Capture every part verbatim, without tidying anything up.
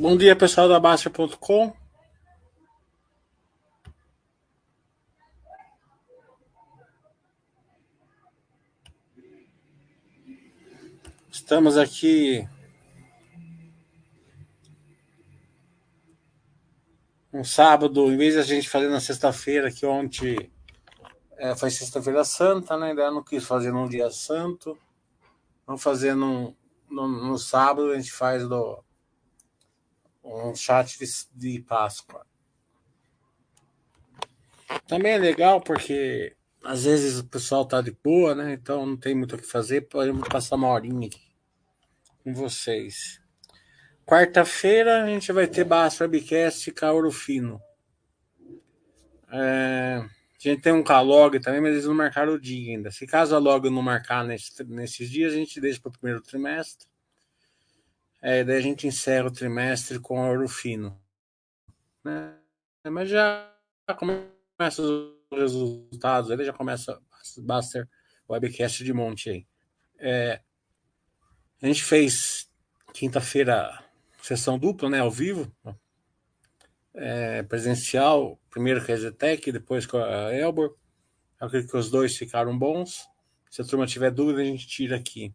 Bom dia, pessoal da Baixa ponto com. Estamos aqui um sábado, em vez de a gente fazer na sexta-feira, que ontem é, foi sexta-feira santa, né? Ainda não quis fazer num dia santo. Vamos fazer num, no, no sábado, a gente faz do, um chat de, de Páscoa. Também é legal porque às vezes o pessoal tá de boa, né? Então não tem muito o que fazer. Podemos passar uma horinha aqui com vocês. Quarta-feira a gente vai ter Basta Webcast e Cauro Fino. É, a gente tem um K-Log também, mas eles não marcaram o dia ainda. Se caso a log não marcar nesse, nesses dias, a gente deixa para o primeiro trimestre. É, daí a gente encerra o trimestre com o ouro fino. Né? Mas já começa os resultados, ele já começa Buster Webcast de monte aí. É, a gente fez quinta-feira sessão dupla, né, ao vivo, é, presencial, primeiro com a Zetec, depois com a Elbor. Eu acredito que os dois ficaram bons. Se a turma tiver dúvida, a gente tira aqui.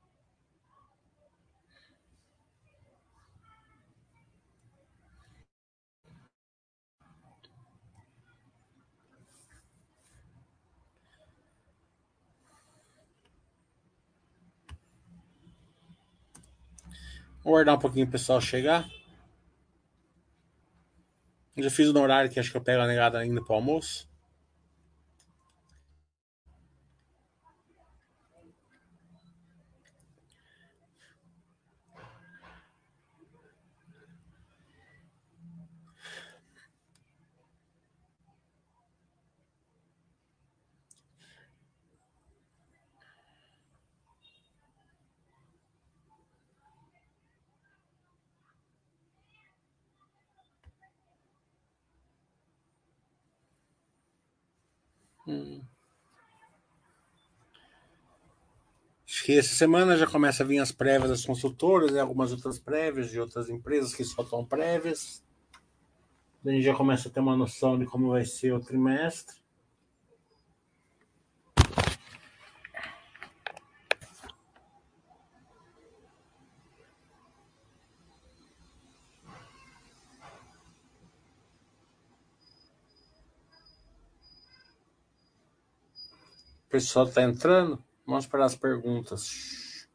Vou guardar um pouquinho o pessoal chegar. Eu já fiz no horário que acho que eu pego a negada ainda pro almoço. Hum. Acho que essa semana já começa a vir as prévias das consultoras, né? Algumas outras prévias de outras empresas que soltam prévias. A gente já começa a ter uma noção de como vai ser o trimestre. O pessoal está entrando. Vamos para as perguntas.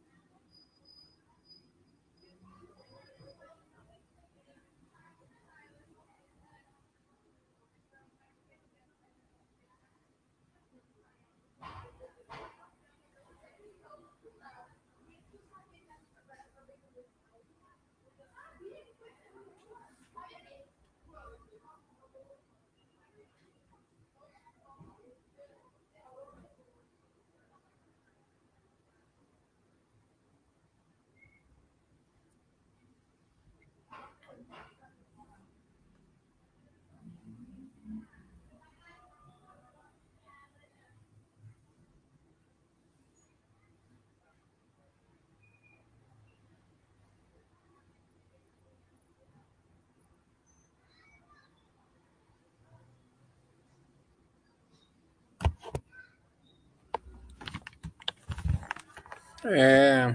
É,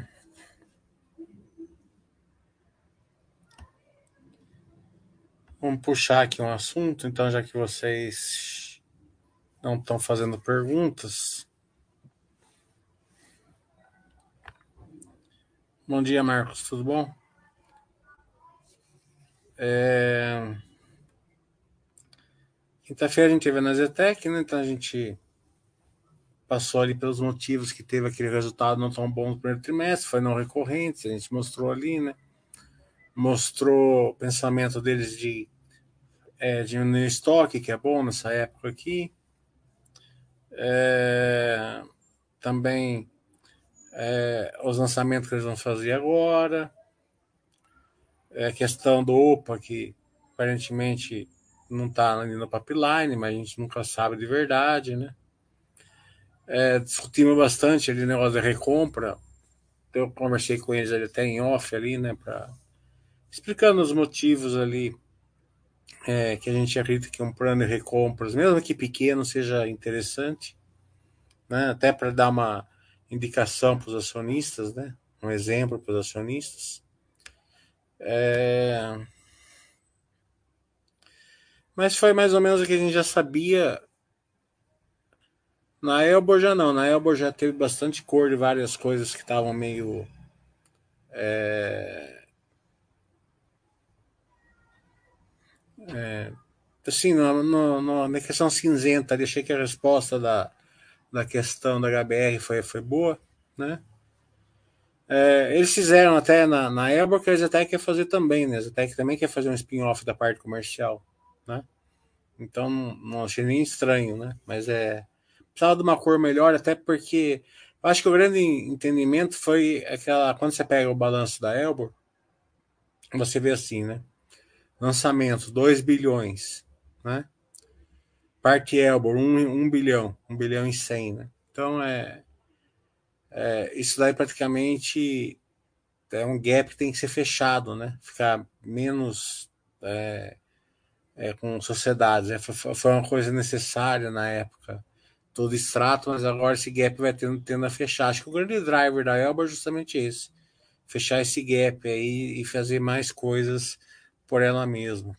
vamos puxar aqui um assunto, então, já que vocês não estão fazendo perguntas. Bom dia, Marcos, tudo bom? É, quinta-feira a gente teve a Nazetec, né? Então a gente passou ali pelos motivos que teve aquele resultado não tão bom no primeiro trimestre, foi não recorrente, a gente mostrou ali, né? Mostrou o pensamento deles de é, diminuir o estoque, que é bom nessa época aqui. É, também é, os lançamentos que eles vão fazer agora. É a questão do OPA, que aparentemente não está ali no pipeline, mas a gente nunca sabe de verdade, né? É, discutimos bastante ali o negócio da recompra. Eu conversei com eles ali até em off ali, né? Pra, explicando os motivos ali, é, que a gente acredita que um plano de recompras, mesmo que pequeno, seja interessante, né? Até para dar uma indicação para os acionistas, né? Um exemplo para os acionistas. É... Mas foi mais ou menos o que a gente já sabia. Na Elbor já não, na Elbor já teve bastante cor de várias coisas que estavam meio. Assim, no, no, no, na questão cinzenta, ali, achei que a resposta da, da questão da H B R foi, foi boa, né? É, eles fizeram até na, na Elbor, que a Zetec quer fazer também, né? A Zetec também quer fazer um spin-off da parte comercial, né? Então não, não achei nem estranho, né? Mas é. Precisava de uma cor melhor, até porque eu acho que o grande entendimento foi aquela. Quando você pega o balanço da Elbor, você vê assim, né? Lançamento, dois bilhões, né? Parte Elbor, um um bilhão, um bilhão e cem, né? Então é, é, isso daí praticamente é um gap que tem que ser fechado, né? Ficar menos é, com sociedades. Né? Foi, foi uma coisa necessária na época, todo extrato, mas agora esse gap vai tendo, tendo a fechar. Acho que o grande driver da Elba é justamente esse: fechar esse gap aí e fazer mais coisas por ela mesma.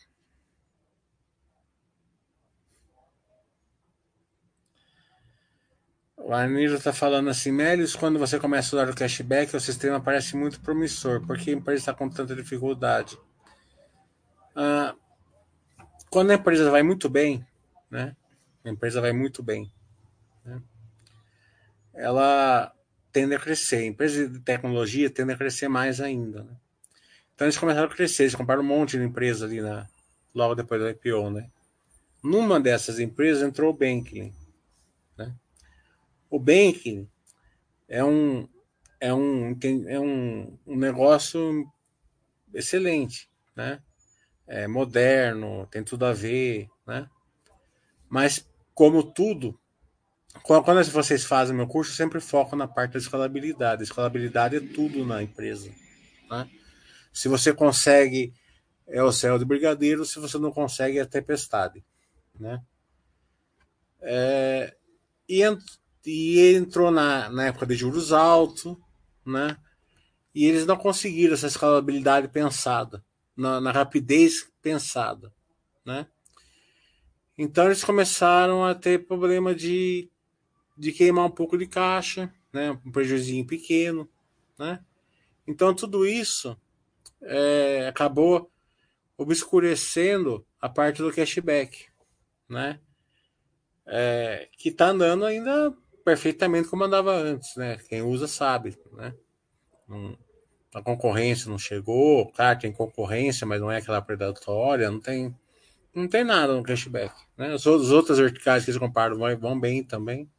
O Arnildo está falando assim, Melios, quando você começa a usar o cashback, o sistema parece muito promissor. Por que a empresa está com tanta dificuldade? Ah, quando a empresa vai muito bem, né? A empresa vai muito bem, né? Ela tende a crescer. Empresas de tecnologia tendem a crescer mais ainda, né? Então eles começaram a crescer, eles compraram um monte de empresa ali na, logo depois do I P O, né? Numa dessas empresas entrou o Banking, né? O Banking é um é um é um, um negócio excelente, né? É moderno, tem tudo a ver, né? Mas como tudo, quando vocês fazem meu curso, eu sempre foco na parte da escalabilidade. A escalabilidade é tudo na empresa, né? Se você consegue, é o céu de brigadeiro; se você não consegue, é tempestade, né? E, e entrou na, na época de juros altos, né? E eles não conseguiram essa escalabilidade pensada, na, na rapidez pensada, né? Então eles começaram a ter problema de, de queimar um pouco de caixa, né? Um prejuízo pequeno, né? Então tudo isso é, acabou obscurecendo a parte do cashback, né? É, que está andando ainda perfeitamente como andava antes, né? Quem usa sabe, né? Não, a concorrência não chegou, claro, tem concorrência, mas não é aquela predatória, não tem, não tem nada no cashback, né? As outras verticais que eles compraram vão, vão bem também.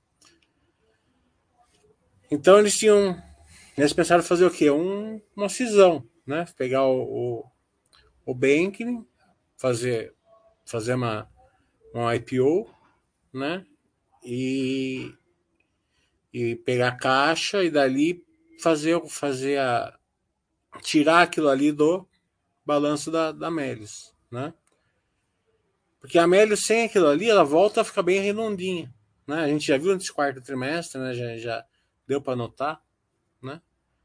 Então eles tinham, eles pensaram fazer o quê? Um, uma cisão, né? Pegar o, o, o banking, fazer, fazer uma, uma I P O, né? E, e pegar a caixa e dali fazer, fazer a, tirar aquilo ali do balanço da, da Melius, né? Porque a Melius sem aquilo ali, ela volta a ficar bem redondinha, né? A gente já viu nesse quarto trimestre, né? Já, já deu para notar, né?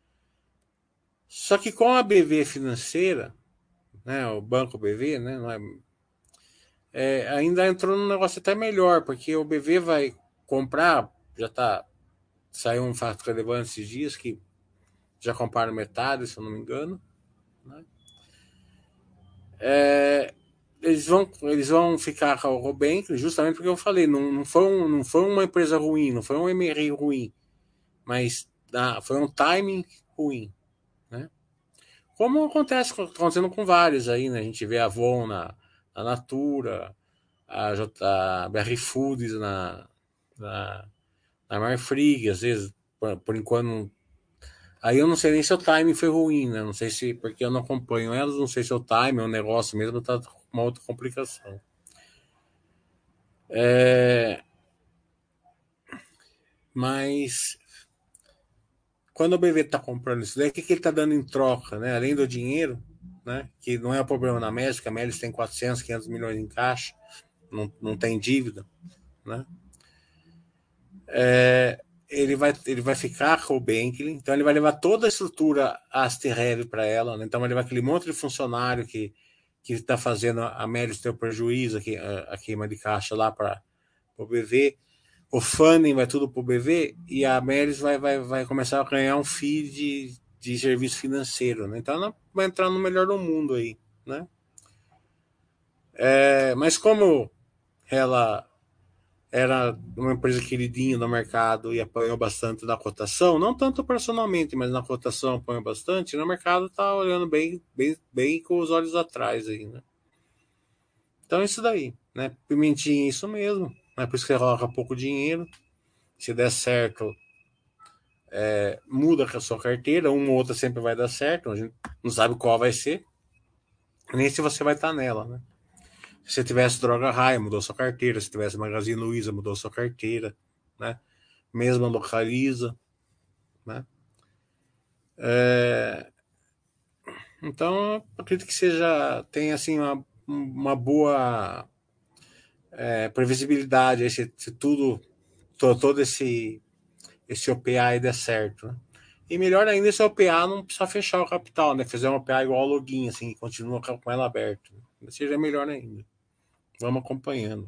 Só que com a B V financeira, né? O banco B V, né? Não é, é, ainda entrou num negócio até melhor, porque o B V vai comprar, já tá, saiu um fato relevante esses dias que já compraram metade, se eu não me engano, né? É, eles vão, eles vão ficar com o Robank, justamente porque eu falei, não, não, foi um, não foi uma empresa ruim, não foi um M R ruim, mas ah, foi um timing ruim, né? Como acontece acontecendo com vários aí, né? A gente vê a Avon na, na Natura, a, J, a B R Foods na, na, na Marfrig, às vezes, por, por enquanto. Aí eu não sei nem se o timing foi ruim, né? Não sei se, porque eu não acompanho elas, não sei se o timing, o negócio mesmo tá com uma outra complicação. É, mas quando o B V está comprando isso daí, o que, que ele está dando em troca, né? Além do dinheiro, né? Que não é o problema na Médica, a Médica tem quatrocentos, quinhentos milhões em caixa, não, não tem dívida, né? É, ele, vai, ele vai ficar com o Bankley, então ele vai levar toda a estrutura Asterrev para ela, né? Então vai levar aquele monte de funcionário que que está fazendo a Médica ter o prejuízo, aqui, a, a queima de caixa lá para o B V, o funding vai tudo para o B V e a Meris vai, vai, vai começar a ganhar um fee de, de serviço financeiro, né? Então ela vai entrar no melhor do mundo aí, né? É, mas como ela era uma empresa queridinha no mercado e apanhou bastante na cotação, não tanto operacionalmente, mas na cotação apanhou bastante, no mercado está olhando bem, bem, bem com os olhos atrás aí, né? Então é isso daí, né? Pimentinha é isso mesmo, né? Por isso que você coloca pouco dinheiro. Se der certo, muda a sua carteira, uma ou outra sempre vai dar certo, a gente não sabe qual vai ser, nem se você vai estar nela, né? Se você tivesse Droga Raia, mudou sua carteira, se tivesse Magazine Luiza, mudou sua carteira, né? Mesma Localiza, né? É, então, acredito que seja, tem assim uma, uma boa é, previsibilidade, se, se tudo, to, todo esse, esse O P A aí der certo, né? E melhor ainda se o O P A não precisa fechar o capital, né? Fazer um O P A igual ao login, assim, e continua com ela aberto. Seja melhor ainda. Vamos acompanhando.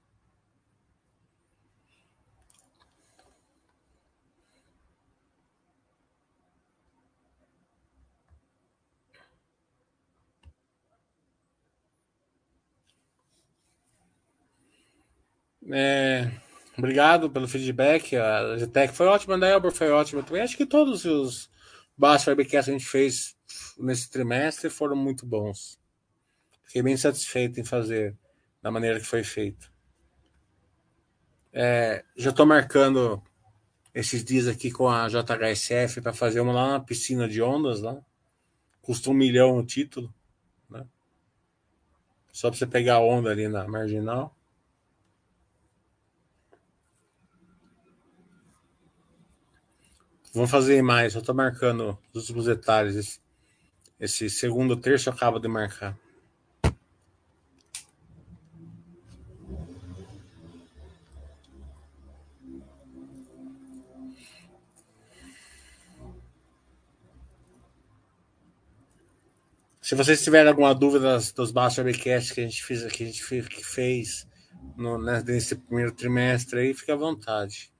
É, obrigado pelo feedback. A G T E C foi ótima, a Elbor foi ótima também. Acho que todos os baixos webcasts que a gente fez nesse trimestre foram muito bons. Fiquei bem satisfeito em fazer da maneira que foi feito. É, já estou marcando esses dias aqui com a J H S F para fazer uma lá na piscina de ondas lá. Custa um milhão o título, né? Só para você pegar a onda ali na marginal. Vamos fazer mais, eu estou marcando os últimos detalhes. Esse, esse segundo terço eu acabo de marcar. Se vocês tiverem alguma dúvida das, dos Mastercasts que a gente fez, que a gente fez, que fez no, né, nesse primeiro trimestre aí, fique à vontade.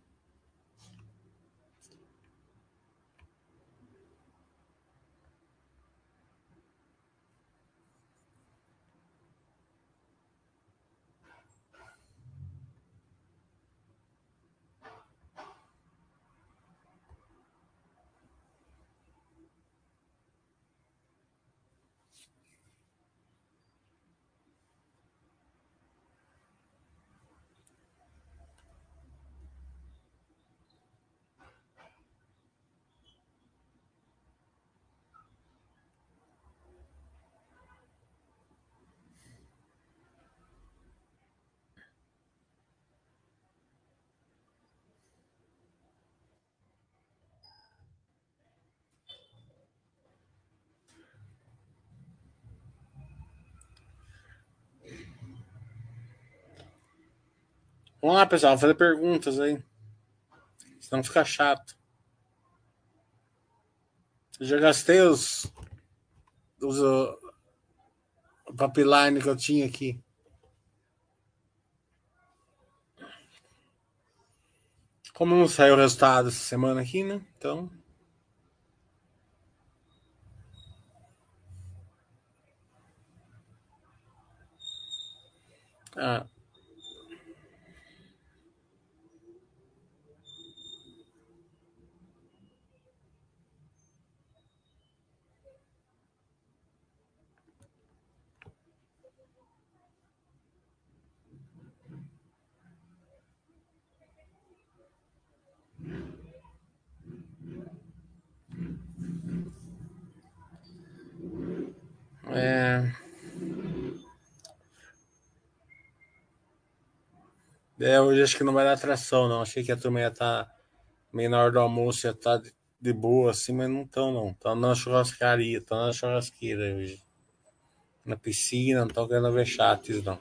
Vamos lá, pessoal, fazer perguntas aí, senão fica chato. Eu já gastei os, os uh, pipeline que eu tinha aqui. Como não saiu o resultado essa semana aqui, né? Então. Ah, é, é, hoje acho que não vai dar atração, não. Achei que a turma ia estar meio na hora do almoço, ia estar de, de boa, assim, mas não estão, não. Estão na churrascaria, estão na churrasqueira hoje. na piscina, não estão querendo ver chats, não.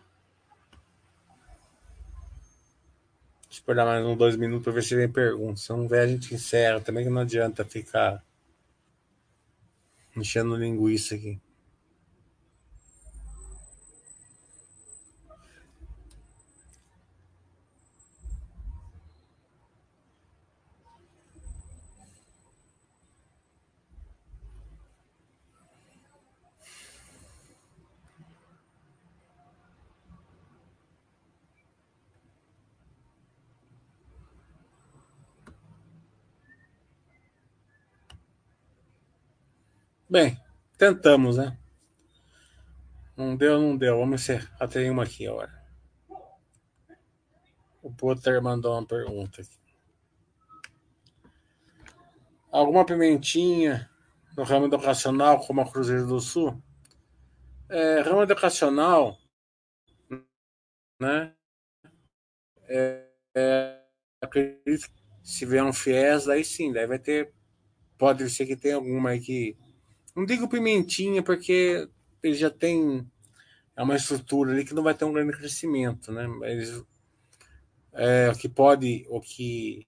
Esperar mais uns dois minutos para ver se vem perguntas. Se não vier, a gente encerra. Também que não adianta ficar enchendo linguiça aqui. Bem, tentamos, né? Não deu, não deu. Vamos encerrar. Tem uma aqui agora. O Potter mandou uma pergunta aqui. Alguma pimentinha no ramo educacional, como a Cruzeiro do Sul? É, ramo educacional, né? É, é, acredito que se vier um FIES, daí sim, daí vai ter. Pode ser que tenha alguma aí que. Não digo pimentinha, porque ele já tem. É uma estrutura ali que não vai ter um grande crescimento, né? Mas é, o que pode. O que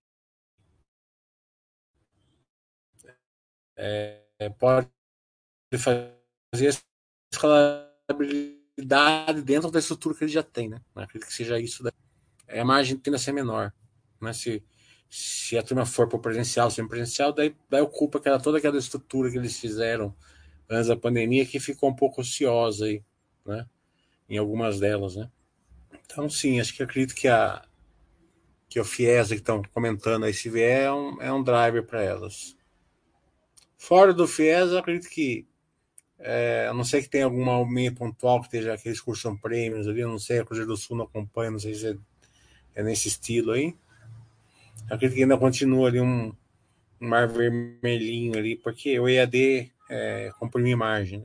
é, pode fazer escalabilidade dentro da estrutura que ele já tem, né? Acredito que seja isso. Daí. É, a margem tende a ser menor. Né? Se, se a turma for para o presencial, semipresencial, daí, daí ocupa aquela, toda aquela estrutura que eles fizeram antes da pandemia que ficou um pouco ociosa aí, né? Em algumas delas, né? Então, sim, acho que acredito que a que o FIES que estão comentando aí, se vier, é um, é um driver para elas. Fora do FIES, eu acredito que é, a não ser que tenha alguma meia pontual que esteja aqueles cursos prêmios ali, eu não sei, a Cruzeiro do Sul não acompanha, não sei se é, é nesse estilo aí. Eu acredito que ainda continua ali um, um mar vermelhinho ali, porque o E A D é, comprime margem. Né?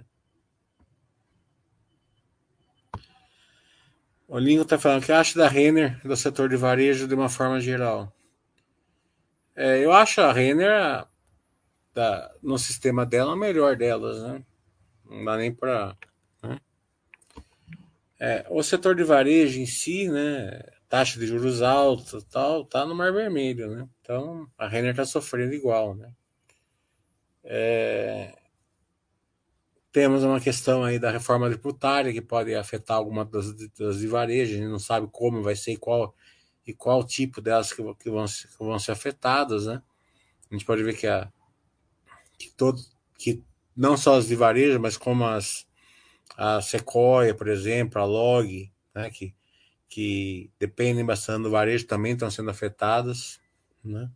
O Lingo está falando o que acha da Renner do setor de varejo de uma forma geral. É, eu acho a Renner da, no sistema dela a melhor delas, né? Não dá nem para. Né? É, o setor de varejo em si, né? Taxa de juros alta tal, tá no mar vermelho, né? Então a Renner está sofrendo igual, né? É, temos uma questão aí da reforma tributária que pode afetar alguma das, das de varejo, a gente não sabe como vai ser e qual, e qual tipo delas que, que, vão, que vão ser afetadas, né? A gente pode ver que, a, que, todo, que não só as de varejo, mas como as, a Sequoia, por exemplo, a Log, né? Que, que dependem bastante do varejo, também estão sendo afetadas, né?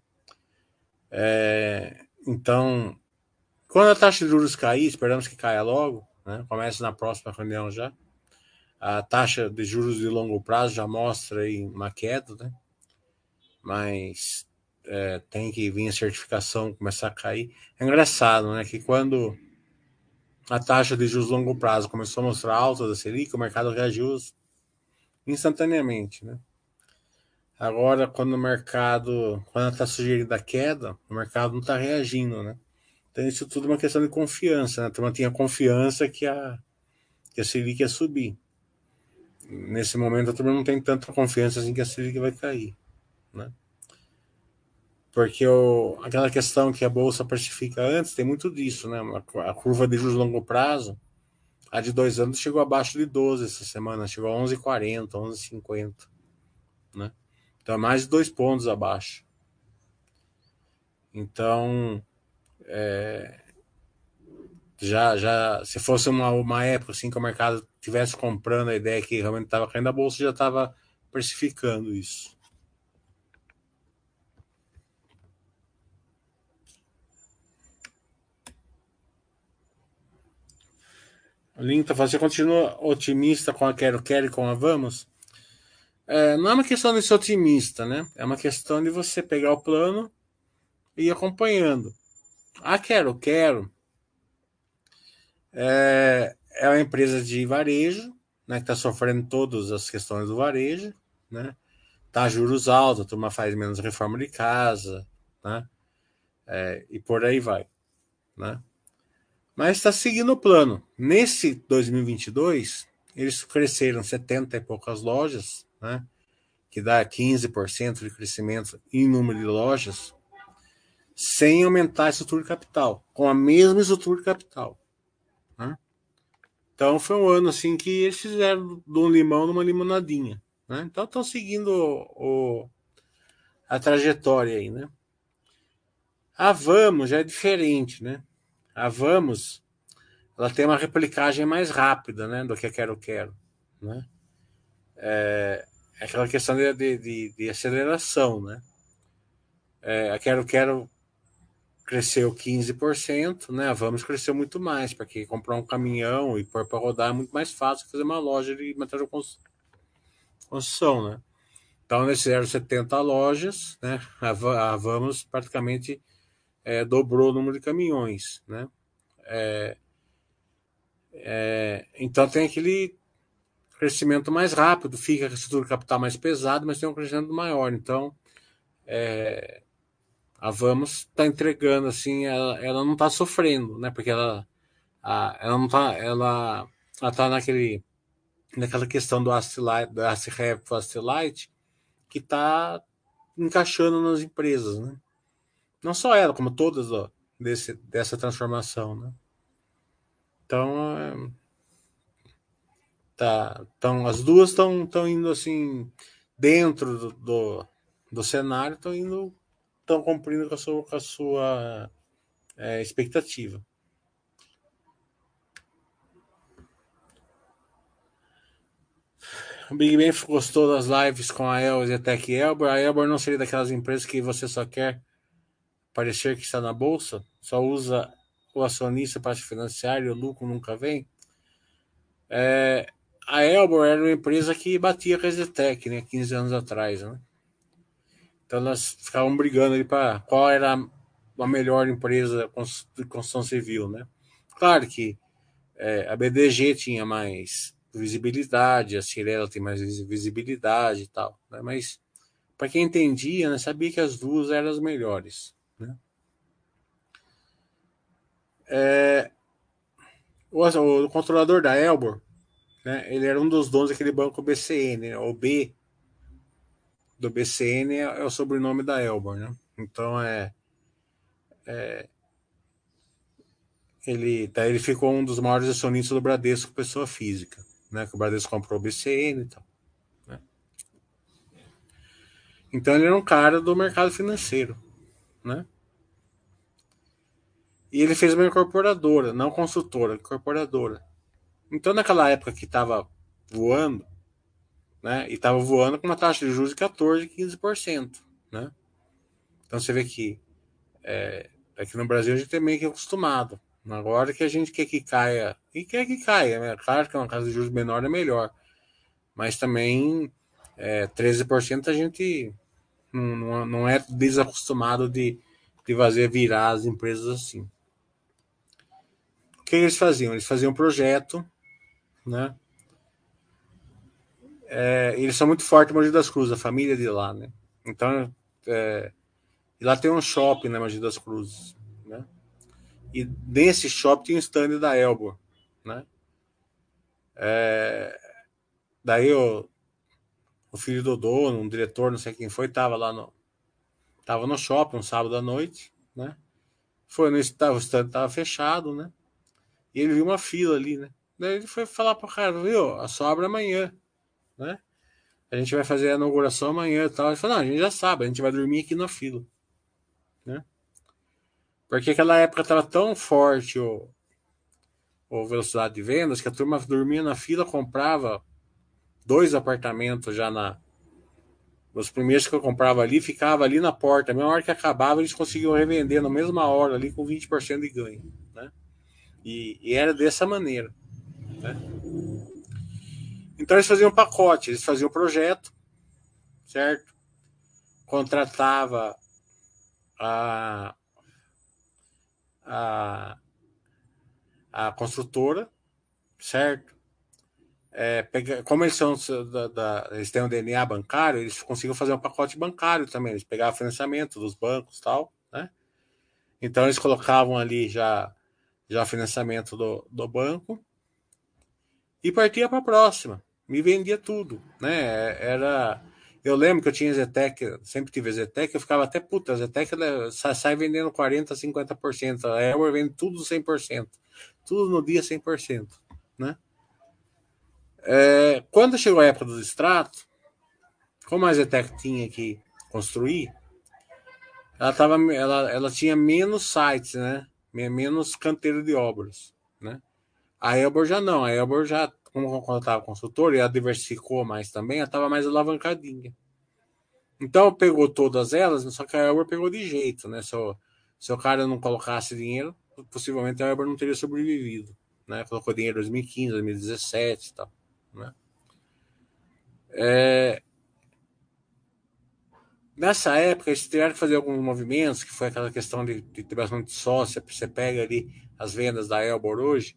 É, então, quando a taxa de juros cair, esperamos que caia logo, né? Comece na próxima reunião já. A taxa de juros de longo prazo já mostra aí uma queda, né? Mas é, tem que vir a certificação começar a cair. É engraçado, né? Que quando a taxa de juros de longo prazo começou a mostrar alta da Selic, o mercado reagiu instantaneamente, né? Agora, quando o mercado, quando está sugerindo a queda, o mercado não está reagindo, né? Então, isso tudo é uma questão de confiança, né? A turma tinha confiança que a, que a Selic ia subir. Nesse momento, a turma não tem tanta confiança assim que a Selic vai cair, né? Porque o, aquela questão que a bolsa precifica antes tem muito disso, né? A, a curva de juros longo prazo, a de dois anos chegou abaixo de doze essa semana, chegou a onze vírgula quarenta, onze vírgula cinquenta, né? Então é mais de dois pontos abaixo. Então, já, já, se fosse uma, uma época assim que o mercado tivesse comprando a ideia que realmente estava caindo, a bolsa já estava precificando isso. O Linton, você continua otimista com a Quero Quero e com a Vamos? É, não é uma questão de ser otimista, né? É uma questão de você pegar o plano e ir acompanhando. A Quero Quero é, é uma empresa de varejo, né? Que está sofrendo todas as questões do varejo, né? Tá juros altos, a turma faz menos reforma de casa, né? É, e por aí vai, né? Mas está seguindo o plano. Nesse dois mil e vinte e dois, eles cresceram setenta e poucas lojas, né? Que dá quinze por cento de crescimento em número de lojas, sem aumentar a estrutura de capital, com a mesma estrutura de capital. Né? Então foi um ano assim que eles fizeram de um limão numa limonadinha. Né? Então estão seguindo o, o, a trajetória aí. Né? A Vamos já é diferente. Né? A Vamos ela tem uma replicagem mais rápida, né, do que a Quero Quero. Né? É, é aquela questão de, de, de aceleração. Né? É, a Quero Quero cresceu quinze por cento, né? A Vamos cresceu muito mais, porque comprar um caminhão e pôr para rodar é muito mais fácil que fazer uma loja de material de construção, né? Então, nesses fizeram setenta lojas, né? A, a Vamos praticamente é, dobrou o número de caminhões, né? É, é, então, tem aquele crescimento mais rápido, fica com a estrutura de capital mais pesada, mas tem um crescimento maior. Então, é, a Vamos está entregando, assim, ela, ela não está sofrendo, né? Porque ela a, ela não tá, ela, ela tá naquele, naquela questão do Asset do Asset para Asset que tá encaixando nas empresas, né? Não só ela, como todas ó, desse, dessa transformação, né? Então, é, tá, então as duas estão estão indo assim dentro do, do, do cenário, estão indo estão cumprindo com a sua, com a sua é, expectativa. O Big Ben gostou das lives com a Elvis e a Tech Elbor. A Elbor não seria daquelas empresas que você só quer parecer que está na bolsa, só usa o acionista para se financiar e o lucro nunca vem. É, a Elbor era uma empresa que batia com a Zetec, né, quinze anos atrás. Né? Então nós ficavam brigando ali para qual era a melhor empresa de construção civil. Né? Claro que é, a B D G tinha mais visibilidade, a Cirela tem mais visibilidade e tal, né? Mas para quem entendia, né, sabia que as duas eram as melhores. Né? É, o, o, controlador da Elbor, né, ele era um dos donos daquele banco B C N, né, o B do B C N é, é o sobrenome da Elbor. Né? Então é, ele, tá, ele ficou um dos maiores acionistas do Bradesco, pessoa física, né, que o Bradesco comprou o B C N e tal. Né? Então ele era um cara do mercado financeiro. Né? E ele fez uma incorporadora, não consultora, incorporadora. Então, naquela época que estava voando, né, e estava voando com uma taxa de juros de quatorze, quinze por cento. Né? Então, você vê que é, aqui no Brasil a gente é meio que acostumado. Agora que a gente quer que caia, e quer que caia, né? Claro que uma casa de juros menor é melhor, mas também é, treze por cento a gente não, não, não é desacostumado de, de fazer virar as empresas assim. O que eles faziam? Eles faziam um projeto, né? É, eles são muito fortes em Mogi das Cruzes, a família de lá, né? Então, é, e lá tem um shopping na Mogi das Cruzes, né? E nesse shopping tem um stand da Elbor, né? É, daí o, o filho do dono, um diretor, não sei quem foi, tava lá no, tava no shopping um sábado à noite, né? Foi no stand, o stand tava fechado, né? E ele viu uma fila ali, né? Daí ele foi falar pro cara, viu, a só abre amanhã, né? A gente vai fazer a inauguração amanhã e tal. Ele falou, não, a gente já sabe, a gente vai dormir aqui na fila, né? Porque aquela época tava tão forte o, o velocidade de vendas que a turma dormia na fila, comprava dois apartamentos já na. Os primeiros que eu comprava ali, ficava ali na porta. A mesma hora que acabava, eles conseguiam revender na mesma hora ali com vinte por cento de ganho. Né? E, e era dessa maneira. Né? Então eles faziam um pacote, eles faziam um projeto, certo? Contratava a, a, a construtora, certo? É, pega, como eles são da, da, eles têm um D N A bancário, eles conseguiam fazer um pacote bancário também. Eles pegavam financiamento dos bancos e tal, né? Então eles colocavam ali já já financiamento do, do banco, e partia para a próxima. Me vendia tudo, né? Era. Eu lembro que eu tinha Zetec, sempre tive Zetec, eu ficava até puta, a Zetec ela sai vendendo quarenta, cinquenta por cento, a Elber vende tudo cem por cento, tudo no dia cem por cento, né? É, quando chegou a época dos extratos, como a Zetec tinha que construir, ela, tava, ela, ela tinha menos sites, né? Menos canteiro de obras, né? A Elbor já não, a Elbor já, como quando estava consultor, e ela diversificou mais também, ela estava mais alavancadinha. Então pegou todas elas, só que a Elbor pegou de jeito, né? Se o, se o cara não colocasse dinheiro, possivelmente a Elbor não teria sobrevivido, né? Colocou dinheiro em dois mil e quinze, dois mil e dezessete e tal, né? É, nessa época, eles tiveram que fazer alguns movimentos, que foi aquela questão de, de ter bastante sócia. Você pega ali as vendas da Elbor hoje,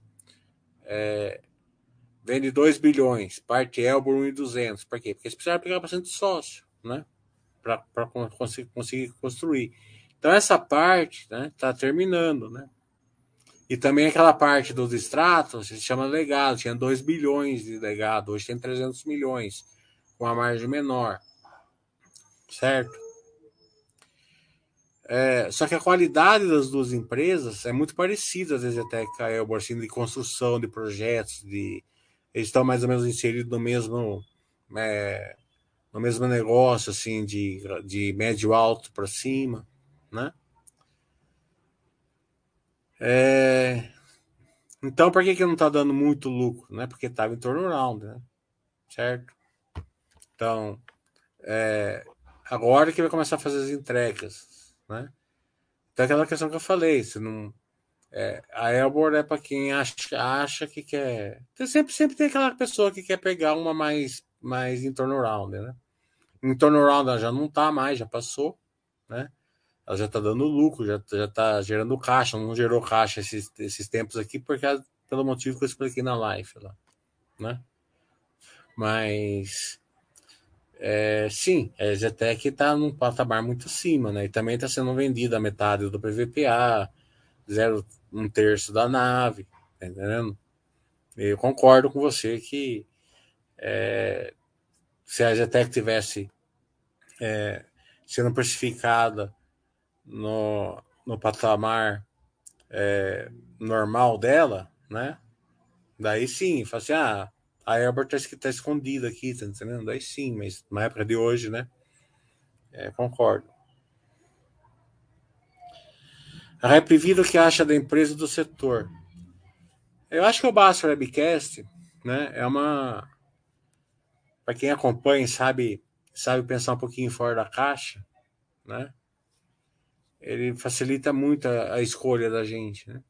vende dois bilhões, parte Elbor um e duzentos. Por quê? Porque eles precisaram pegar bastante sócio, né? Para conseguir, conseguir construir. Então, essa parte está, né, terminando, né? E também aquela parte dos extratos, se chama legado, tinha dois bilhões de legado, hoje tem trezentos milhões, com a margem menor, certo? É, só que a qualidade das duas empresas é muito parecida, às vezes até com a Elbor, assim, de construção, de projetos, de, eles estão mais ou menos inseridos no mesmo, é, no mesmo negócio, assim, de, de médio alto para cima, né? É, então, por que, que não está dando muito lucro? Né? Porque estava em turnaround, né? Certo? Então, agora que vai começar a fazer as entregas, né? Então, aquela questão que eu falei, se não, a Elbor é para quem acha, acha que quer. Sempre, sempre tem aquela pessoa que quer pegar uma mais, mais em turnaround, né? Em turnaround ela já não tá mais, já passou, né? Ela já tá dando lucro, já, já tá gerando caixa, não gerou caixa esses, esses tempos aqui, porque pelo motivo que eu expliquei na live lá, né? Mas é, sim, a Zetec está num patamar muito acima, né? E também está sendo vendida a metade do P V P A, zero, um terço da nave, tá entendendo? Eu concordo com você que se a Zetec tivesse sendo precificada no, no patamar normal dela, né? Daí sim, fala assim, ah, a Elbert tá, tá escondida aqui, tá entendendo? Daí sim, mas na época de hoje, né? É, concordo. A Rap Vida, o que acha da empresa e do setor? Eu acho que o Basso Webcast, né, é uma. Para quem acompanha e sabe, sabe pensar um pouquinho fora da caixa, né? Ele facilita muito a, a escolha da gente, né?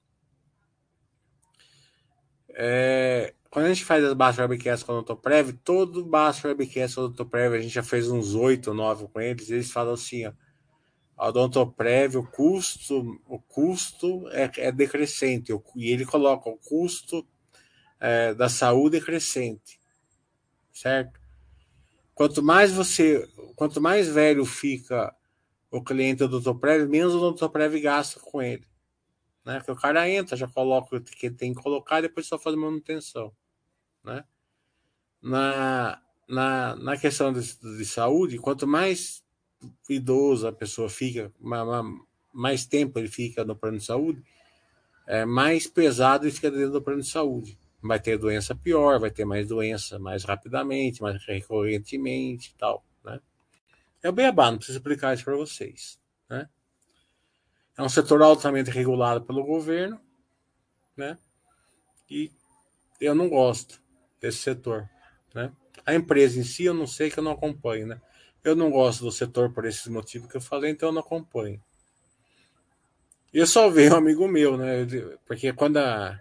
É, quando a gente faz as Basso Webcasts com o Autoprev, todo Basso Webcast com o Autoprev, a gente já fez uns oito, nove com eles, e eles falam assim, ó, a Odontoprev, o custo, o custo é, é decrescente, e ele coloca o custo é, da saúde é crescente, certo? Quanto mais você, quanto mais velho fica o cliente do Odontoprev, menos o Odontoprev gasta com ele, né? Porque o cara entra, já coloca o que tem que colocar, e depois só faz manutenção, né? Na, na, na questão de, de saúde, quanto mais idoso a pessoa fica, mais tempo ele fica no plano de saúde, é, mais pesado ele fica dentro do plano de saúde. Vai ter doença pior, vai ter mais doença mais rapidamente, mais recorrentemente e tal, né? É o beabá, não preciso explicar isso para vocês, né? É um setor altamente regulado pelo governo, né? E eu não gosto desse setor, né? A empresa em si eu não sei, que eu não acompanho, né? Eu não gosto do setor por esses motivos que eu falei, então eu não acompanho. E eu só vi um amigo meu, né? Porque quando a,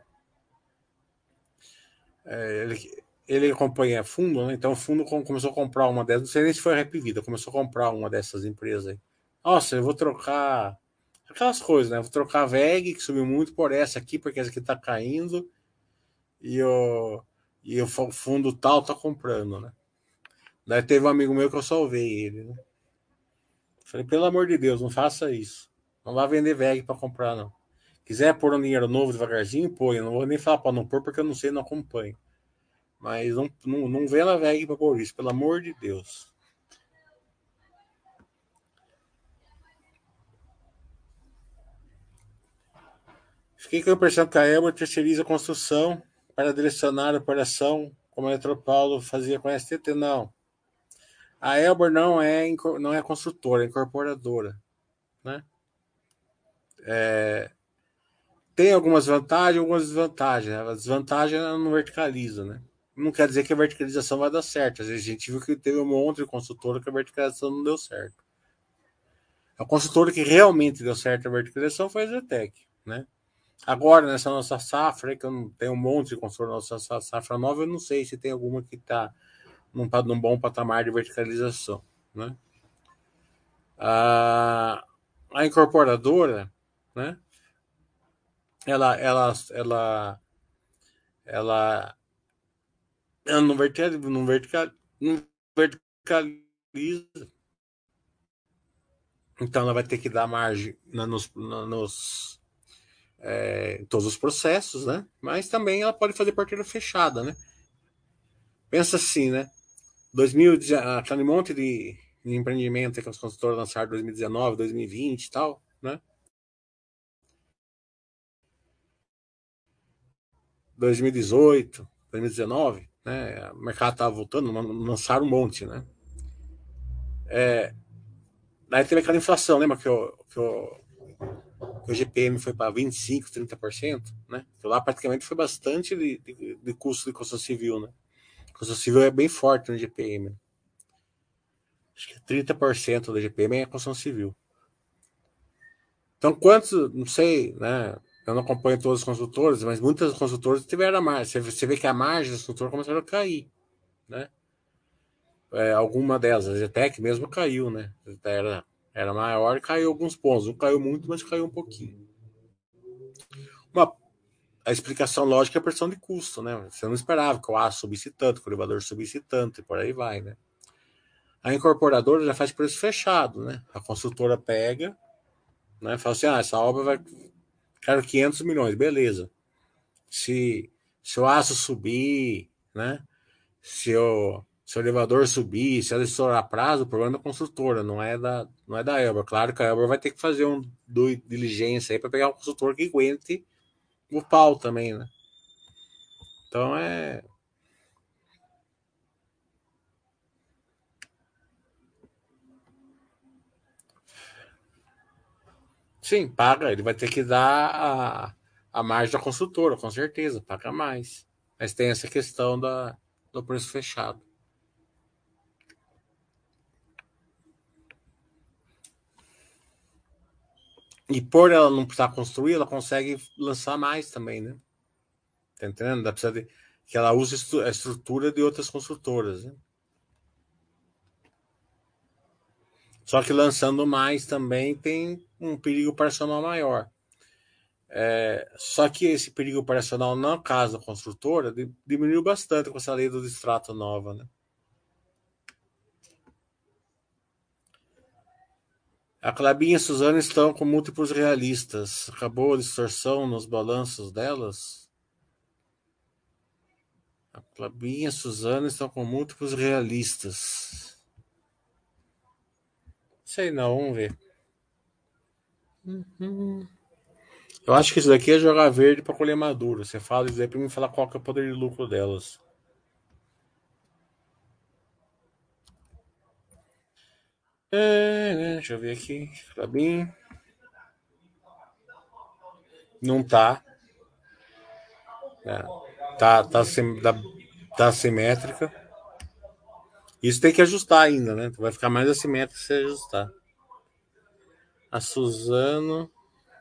é, ele, ele acompanha fundo, né? Então o fundo começou a comprar uma dessas, não sei nem se foi a Rap Vida, começou a comprar uma dessas empresas aí. Nossa, eu vou trocar aquelas coisas, né? Vou trocar a V E G, que subiu muito, por essa aqui, porque essa aqui tá caindo, e o, e o fundo tal tá comprando, né? Daí teve um amigo meu que eu salvei ele, né? Falei, pelo amor de Deus, não faça isso. Não vá vender V E G para comprar, não. Quiser pôr um dinheiro novo devagarzinho, põe. Eu não vou nem falar para não pôr, porque eu não sei, não acompanho. Mas não, não, não vê ela velha para pôr isso, pelo amor de Deus. Fiquei com a impressão que a Elba terceiriza a construção para direcionar a operação, como a Eletropaulo fazia com a S T T. Não. A Elbor não é, não é construtora, é incorporadora. Né? É, tem algumas vantagens e algumas desvantagens. A desvantagem é ela não verticaliza. Né? Não quer dizer que a verticalização vai dar certo. Às vezes a gente viu que teve um monte de consultora que a verticalização não deu certo. A consultora que realmente deu certo a verticalização foi a Zetec. Né? Agora, nessa nossa safra, que eu não tenho um monte de consultora na nossa safra nova, eu não sei se tem alguma que está num, num bom patamar de verticalização. Né? A, a incorporadora, né? ela, ela, ela, ela, ela não, vertical, não, vertical, não verticaliza, então ela vai ter que dar margem na, nos, na, nos é, em todos os processos, né? Mas também ela pode fazer porteira fechada, né? Pensa assim, né? dois mil, aquele monte de, de empreendimento que os consultores lançaram em dois mil e dezenove, dois mil e vinte e tal, né? dois mil e dezoito, dois mil e dezenove, né? O mercado estava voltando, lançaram um monte, né? É, daí teve aquela inflação, lembra que o, que o, que o G P M foi para vinte e cinco, trinta por cento, né? Que lá praticamente foi bastante de, de, de custo de construção civil, né? A construção civil é bem forte no G P M. Acho que trinta por cento do G P M é construção civil. Então, quantos, não sei, né? Eu não acompanho todos os consultores, mas muitas consultoras tiveram a margem. Você vê que a margem das consultoras começaram a cair, né? É, alguma delas, a Zetec mesmo caiu, né? Era, era maior e caiu alguns pontos. Não caiu muito, mas caiu um pouquinho. Uma, a explicação lógica é a pressão de custo, né? Você não esperava que o aço subisse tanto, que o elevador subisse tanto, e por aí vai, né? A incorporadora já faz preço fechado, né? A consultora pega, né? Fala assim, ah, essa obra vai... Quero quinhentos milhões, beleza. Se, se o aço subir, né? Se o, se o elevador subir, se ela estourar prazo, o problema é da construtora, não é da, não é da Elba. Claro que a Elba vai ter que fazer um do diligência aí para pegar um consultor que aguente o pau também, né? Então é. Sim, paga, ele vai ter que dar a, a margem da construtora, com certeza, paga mais. Mas tem essa questão da, do preço fechado. E por ela não precisar construir, ela consegue lançar mais também, né? Tá entendendo? Dá precisar de, que ela use a estrutura de outras construtoras, né? Só que lançando mais também tem um perigo operacional maior. É, só que esse perigo operacional, na casa da construtora, diminuiu bastante com essa lei do distrato nova, né? A Clabinha e a Suzana estão com múltiplos realistas. Acabou a distorção nos balanços delas? A Clabinha e a Suzana estão com múltiplos realistas. Sei não, vamos ver. Uhum. Eu acho que isso daqui é jogar verde para colher maduro. Você fala isso aí para mim falar qual que é o poder de lucro delas. É, né? Deixa eu ver aqui. Clabin. Não tá. É. Tá, tá, sim, tá, tá assimétrica. Isso tem que ajustar ainda, né? Vai ficar mais assimétrico se ajustar. A Suzano.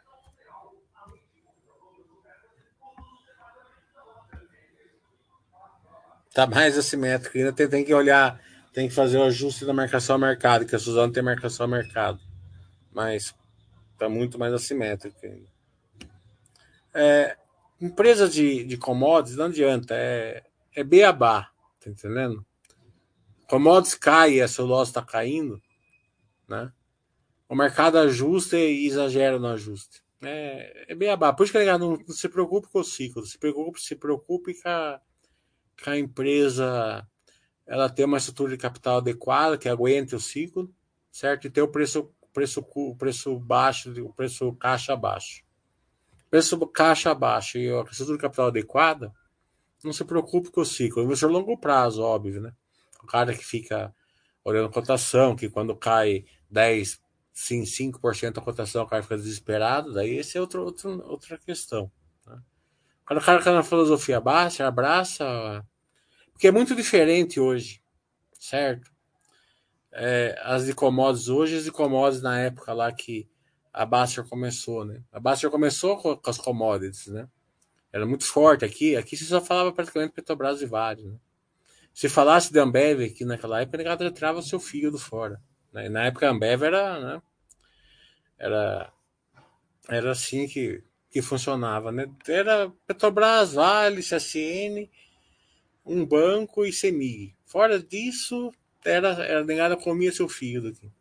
Tá mais assimétrico ainda. Tem, tem que olhar. Tem que fazer o ajuste da marcação a mercado, que a Suzano tem marcação a mercado. Mas tá muito mais assimétrico ainda. É, empresa de, de commodities não adianta. É, é beabá. Tá entendendo? Commodities cai e a celulose está caindo, né? O mercado ajusta e exagera no ajuste. É, é bem abaixo. Por isso que legal, não, não se preocupe com o ciclo, se preocupe, se preocupe com a, com a empresa ela ter uma estrutura de capital adequada, que aguente o ciclo, certo? E ter o preço, preço, o preço baixo, o preço caixa baixo. Preço caixa baixo e a estrutura de capital adequada, não se preocupe com o ciclo. Investidor a longo prazo, óbvio, né? O cara que fica olhando a cotação, que quando cai dez, sim, cinco por cento a cotação, o cara fica desesperado, daí esse é outro, outro, outra questão. Né? Quando o cara está na filosofia baixa, abraça, porque é muito diferente hoje, certo? É, as de commodities hoje e as de commodities na época lá que a Baster começou, né? A Baster começou com, com as commodities, né? Era muito forte aqui. Aqui você só falava praticamente Petrobras e Vale, né? Se falasse de Ambev aqui naquela época, ele tirava o seu fígado fora. Né? Na época a Ambev era, né? Era, era assim que, que funcionava, né? Era Petrobras, Vale, C S N, um banco e Semig. Fora disso, era, era negada comia seu fígado aqui.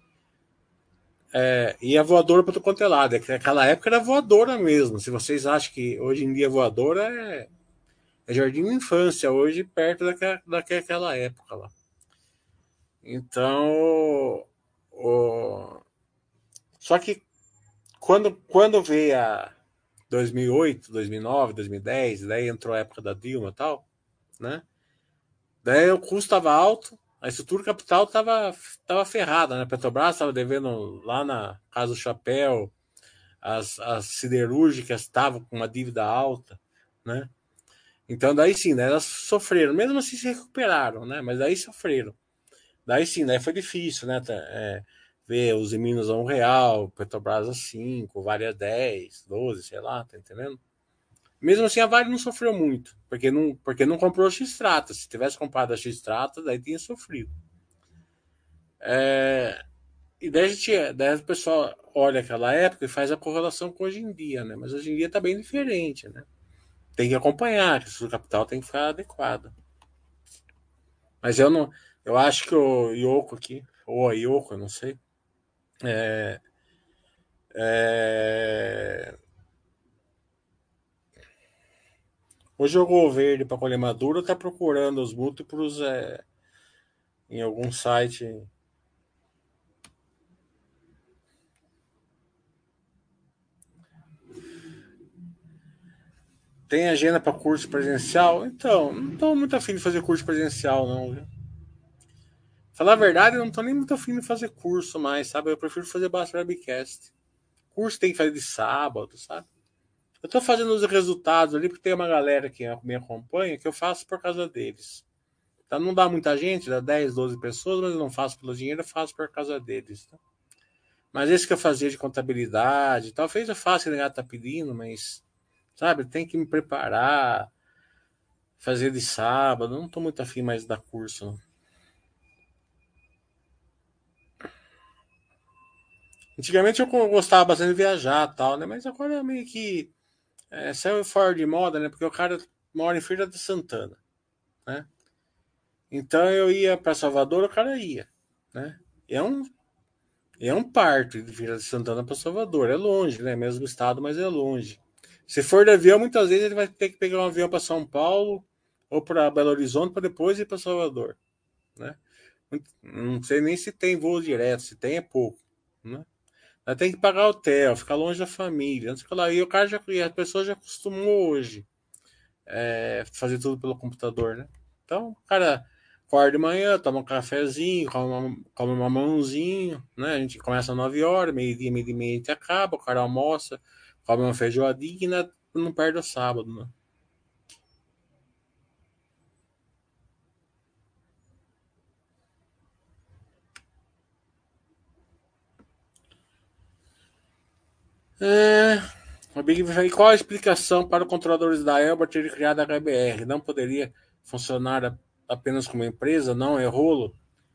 É, e a voadora para todo quanto é lado. É que naquela época era voadora mesmo. Se vocês acham que hoje em dia voadora é, é jardim de infância, hoje perto daquela, daquela época lá. Então, o... só que quando, quando veio a dois mil e oito, dois mil e nove, dois mil e dez, daí entrou a época da Dilma e tal, né? Daí o custo estava alto, a estrutura capital estava tava ferrada, né? A Petrobras estava devendo lá na Casa do Chapéu, as, as siderúrgicas estavam com uma dívida alta, né? Então daí sim, né, elas sofreram, mesmo assim se recuperaram, né? Mas daí sofreram. Daí sim, daí foi difícil, né? É, ver os Minas a um real, Petrobras a cinco, Vale a dez, doze, sei lá, tá entendendo? Mesmo assim, a Vale não sofreu muito, porque não, porque não comprou a X-Trata. Se tivesse comprado a X-Trata, daí tinha sofrido. É, e daí, a gente, daí o pessoal olha aquela época e faz a correlação com hoje em dia, né? Mas hoje em dia tá bem diferente, né? Tem que acompanhar, que a estrutura capital tem que ficar adequada. Mas eu não. Eu acho que o Yoko aqui, ou a Yoko, eu não sei. É, é, hoje o governo para colher maduro está procurando os múltiplos é, em algum site. Tem agenda para curso presencial? Então, não estou muito afim de fazer curso presencial, não. Viu? Falar a verdade, eu não estou nem muito afim de fazer curso mais, sabe? Eu prefiro fazer bastante webcast. Curso tem que fazer de sábado, sabe? Eu estou fazendo os resultados ali porque tem uma galera que me acompanha que eu faço por causa deles. Tá? Não dá muita gente, dá dez, doze pessoas, mas eu não faço pelo dinheiro, eu faço por causa deles. Tá? Mas esse que eu fazia de contabilidade, talvez eu faça que o negado tá pedindo, mas, sabe, tem que me preparar, fazer de sábado, não tô muito afim mais de dar curso, não. Antigamente eu gostava bastante de viajar e tal, né? Mas agora é meio que é, saiu fora de moda, né? Porque o cara mora em Feira de Santana, né? Então eu ia para Salvador, o cara ia, né? É um, é um parto de Feira de Santana para Salvador. É longe, né? Mesmo estado, mas é longe. Se for de avião, muitas vezes ele vai ter que pegar um avião para São Paulo ou para Belo Horizonte para depois ir para Salvador, né? Não sei nem se tem voo direto, se tem é pouco, né? Ela tem que pagar hotel, ficar longe da família. Antes que ela e o cara já, e a pessoa já acostumou hoje é, fazer tudo pelo computador, né? Então, o cara acorda de manhã, toma um cafezinho, come, uma, come um mamãozinho, né? A gente começa às nove horas, meio-dia, meio-dia e meia a gente acaba, o cara almoça, come uma feijoadinha, né? Não perde o sábado, né? É, o Big e qual a explicação para os controladores da Elba terem criado a H B R? Não poderia funcionar apenas como empresa? Não é rolo?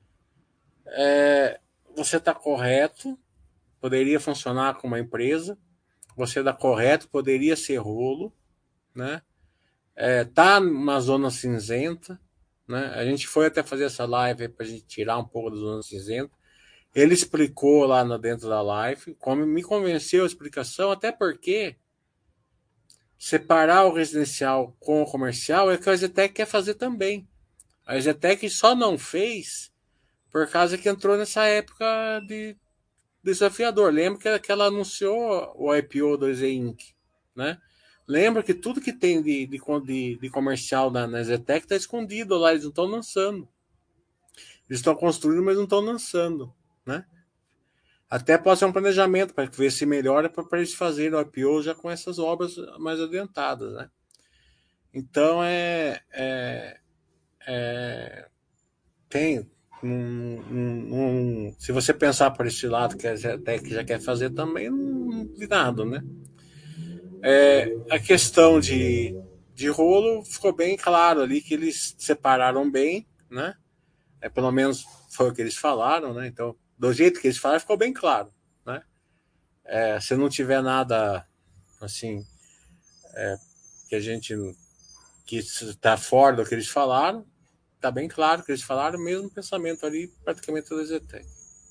É, você está correto, poderia funcionar como uma empresa. Você está correto, poderia ser rolo, né? É, tá numa zona cinzenta, né? A gente foi até fazer essa live para a gente tirar um pouco da zona cinzenta. Ele explicou lá no, dentro da live, como me convenceu a explicação, até porque separar o residencial com o comercial é o que a Zetec quer fazer também. A Zetec só não fez por causa que entrou nessa época de desafiador. Lembra que, que ela anunciou o I P O da Z Inc, né? Lembra que tudo que tem de, de, de, de comercial na, na Zetec está escondido lá, eles não estão lançando. Eles estão construindo, mas não estão lançando, né? Até pode ser um planejamento para ver se melhora para eles fazerem o I P O já com essas obras mais adiantadas, né? Então é, é, é tem um, um, um, se você pensar por esse lado que a Zetec já quer fazer também, não de nada, né? É, a questão de, de rolo ficou bem claro ali que eles separaram bem, né? É, pelo menos foi o que eles falaram, né? Então, do jeito que eles falaram, ficou bem claro, né? É, se não tiver nada assim que a gente que está fora do que eles falaram, está bem claro que eles falaram, o mesmo pensamento ali, praticamente do Zetec.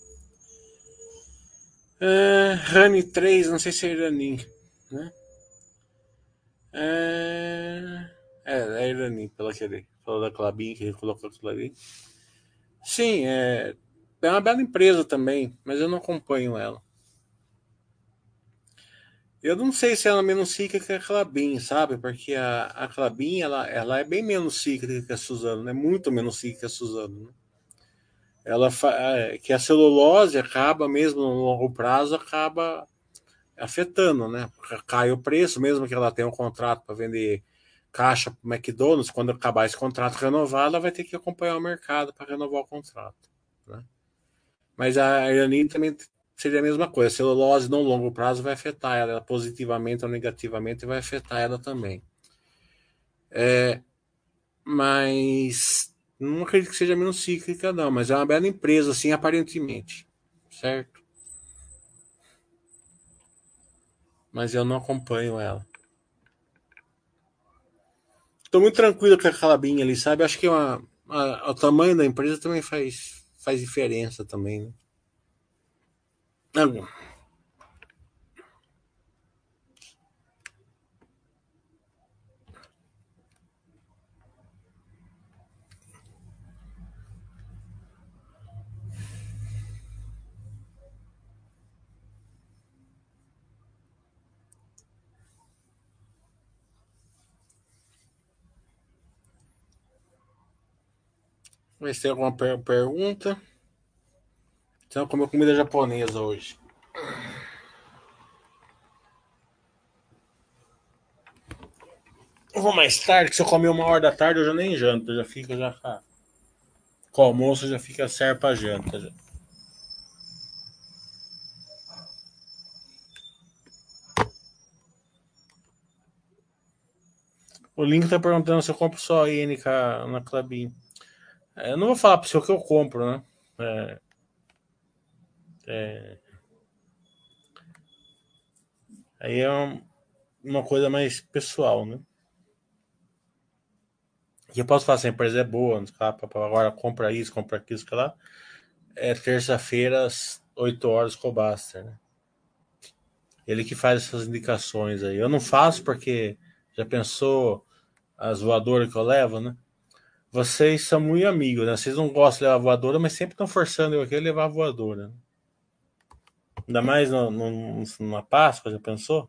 É, Rani três, não sei se é Irani, né? É, é, é Irani, pela que ele falou da Clabin, que ele colocou aquilo ali. Sim, é, é uma bela empresa também, mas eu não acompanho ela. Eu não sei se ela é menos cíclica que a Clabin, sabe? Porque a, a Clabin, ela, ela é bem menos cíclica que a Suzano, né? Muito menos cíclica que a Suzano, né? Ela é, que a celulose acaba mesmo no longo prazo acaba afetando, né? Cai o preço, mesmo que ela tenha um contrato para vender caixa para o McDonald's, quando acabar esse contrato renovar, ela vai ter que acompanhar o mercado para renovar o contrato, né? Mas a Irani também seria a mesma coisa. A celulose no longo prazo vai afetar ela, positivamente ou negativamente vai afetar ela também. É, mas não acredito que seja menos cíclica, não. Mas é uma bela empresa, assim, aparentemente. Certo? Mas eu não acompanho ela. Estou muito tranquilo com a Calabinha ali, sabe? Acho que uma, a, o tamanho da empresa também faz, faz diferença também, né? Não, vai ter alguma per pergunta? Então, comeu comida japonesa hoje. Eu vou mais tarde, que se eu comer uma hora da tarde, eu já nem janto, já fica já. Com o almoço já fica certo pra janta. Já. O Link tá perguntando se eu compro só I N K na Clabin. É, eu não vou falar pro senhor que eu compro, né? É, é, aí é um, uma coisa mais pessoal, né? E eu posso falar assim, a empresa é boa, agora compra isso, compra aquilo, que lá. É terça-feira, às oito horas com o Baster, né? Ele que faz essas indicações aí. Eu não faço porque já pensou as voadoras que eu levo, né? Vocês são muito amigos, né? Vocês não gostam de levar voadora, mas sempre estão forçando eu aqui a levar voadora. Né? Ainda mais no, no, numa Páscoa, já pensou?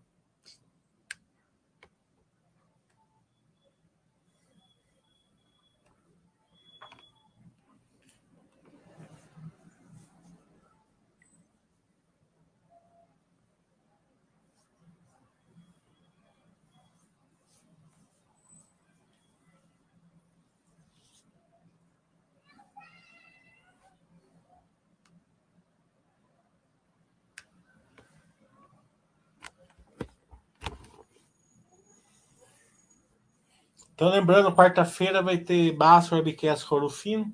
Então, lembrando, quarta-feira vai ter Basso Webcast Corufino.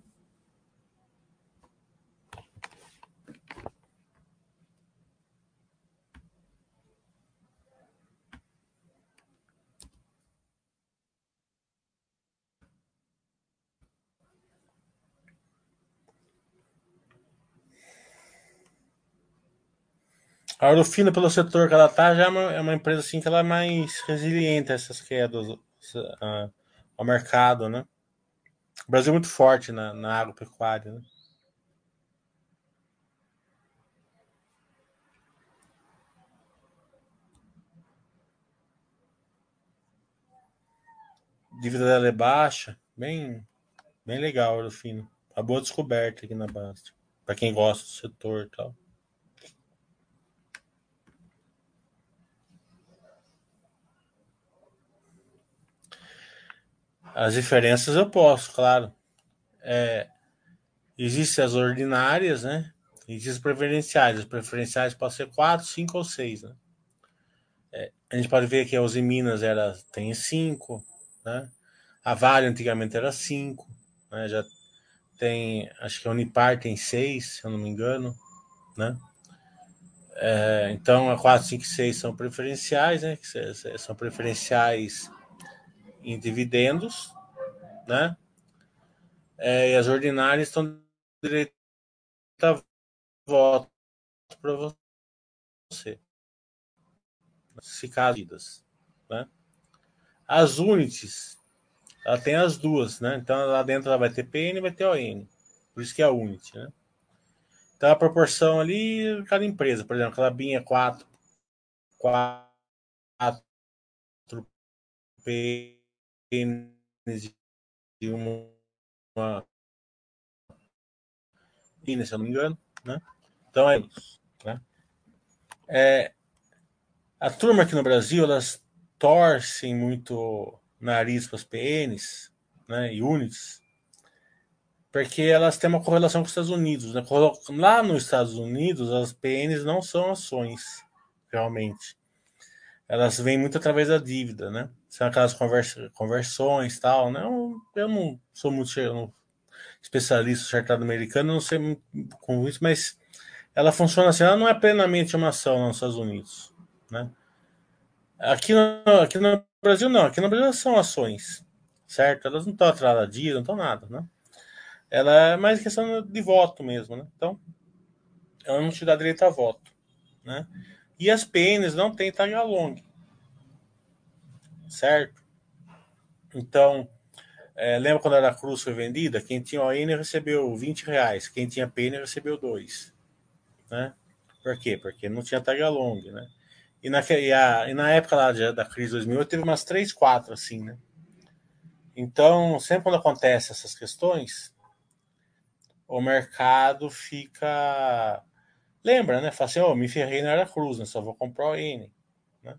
A Ourofino, pelo setor que ela tá, já é uma, é uma empresa assim que ela é mais resiliente a essas quedas uh, ao mercado, né? O Brasil é muito forte na, na agropecuária, né? A dívida dela é baixa, bem, bem legal, a Ourofino. Uma boa descoberta aqui na Basta. Para quem gosta do setor e tal. As diferenças eu posso, claro. Existem as ordinárias, né? Existem as preferenciais. As preferenciais podem ser quatro, cinco ou seis, né? A gente pode ver que a Uzi Minas era, tem cinco, né? A Vale antigamente era cinco, né? Já tem, acho que a Unipar tem seis, se eu não me engano, né? É, então a quatro, cinco e seis são preferenciais, né? Que são preferenciais em dividendos, né? É, e as ordinárias estão direito a voto para você, se caso, né? As unities, ela tem as duas, né? Então lá dentro ela vai ter P N e vai ter O N. Por isso que é a unity, né? Então a proporção ali, cada empresa, por exemplo, aquela binha quatro, quatro pênis de uma, uma linha, se eu não me engano, né? Então é isso, né? É, a turma aqui no Brasil, elas torcem muito nariz para as P Ns, né, e units, porque elas têm uma correlação com os Estados Unidos, né? Lá nos Estados Unidos, as P Ns não são ações, realmente. Elas vêm muito através da dívida, né? São aquelas conversa, conversões e tal, né? Eu, eu não sou muito especialista no mercado americano, não sei muito com isso, mas ela funciona assim, ela não é plenamente uma ação nos Estados Unidos, né? Aqui no, aqui no Brasil não, aqui no Brasil são ações, certo? Elas não estão atreladas a dia, não estão nada, né? Ela é mais questão de voto mesmo, né? Então, ela não te dá direito a voto, né? E as P Ns não têm tag along, certo? Então, é, lembra quando a Cruz foi vendida? Quem tinha O N recebeu vinte reais, quem tinha P N recebeu dois, né? Por quê? Porque não tinha tag along, né? E na, e, a, e na época lá de, da crise de dois mil e oito teve umas três, quatro assim, né? Então, sempre quando acontece essas questões, o mercado fica. Lembra, né? Fala assim, oh, me ferrei na Cruz, né? Só vou comprar o N. Né?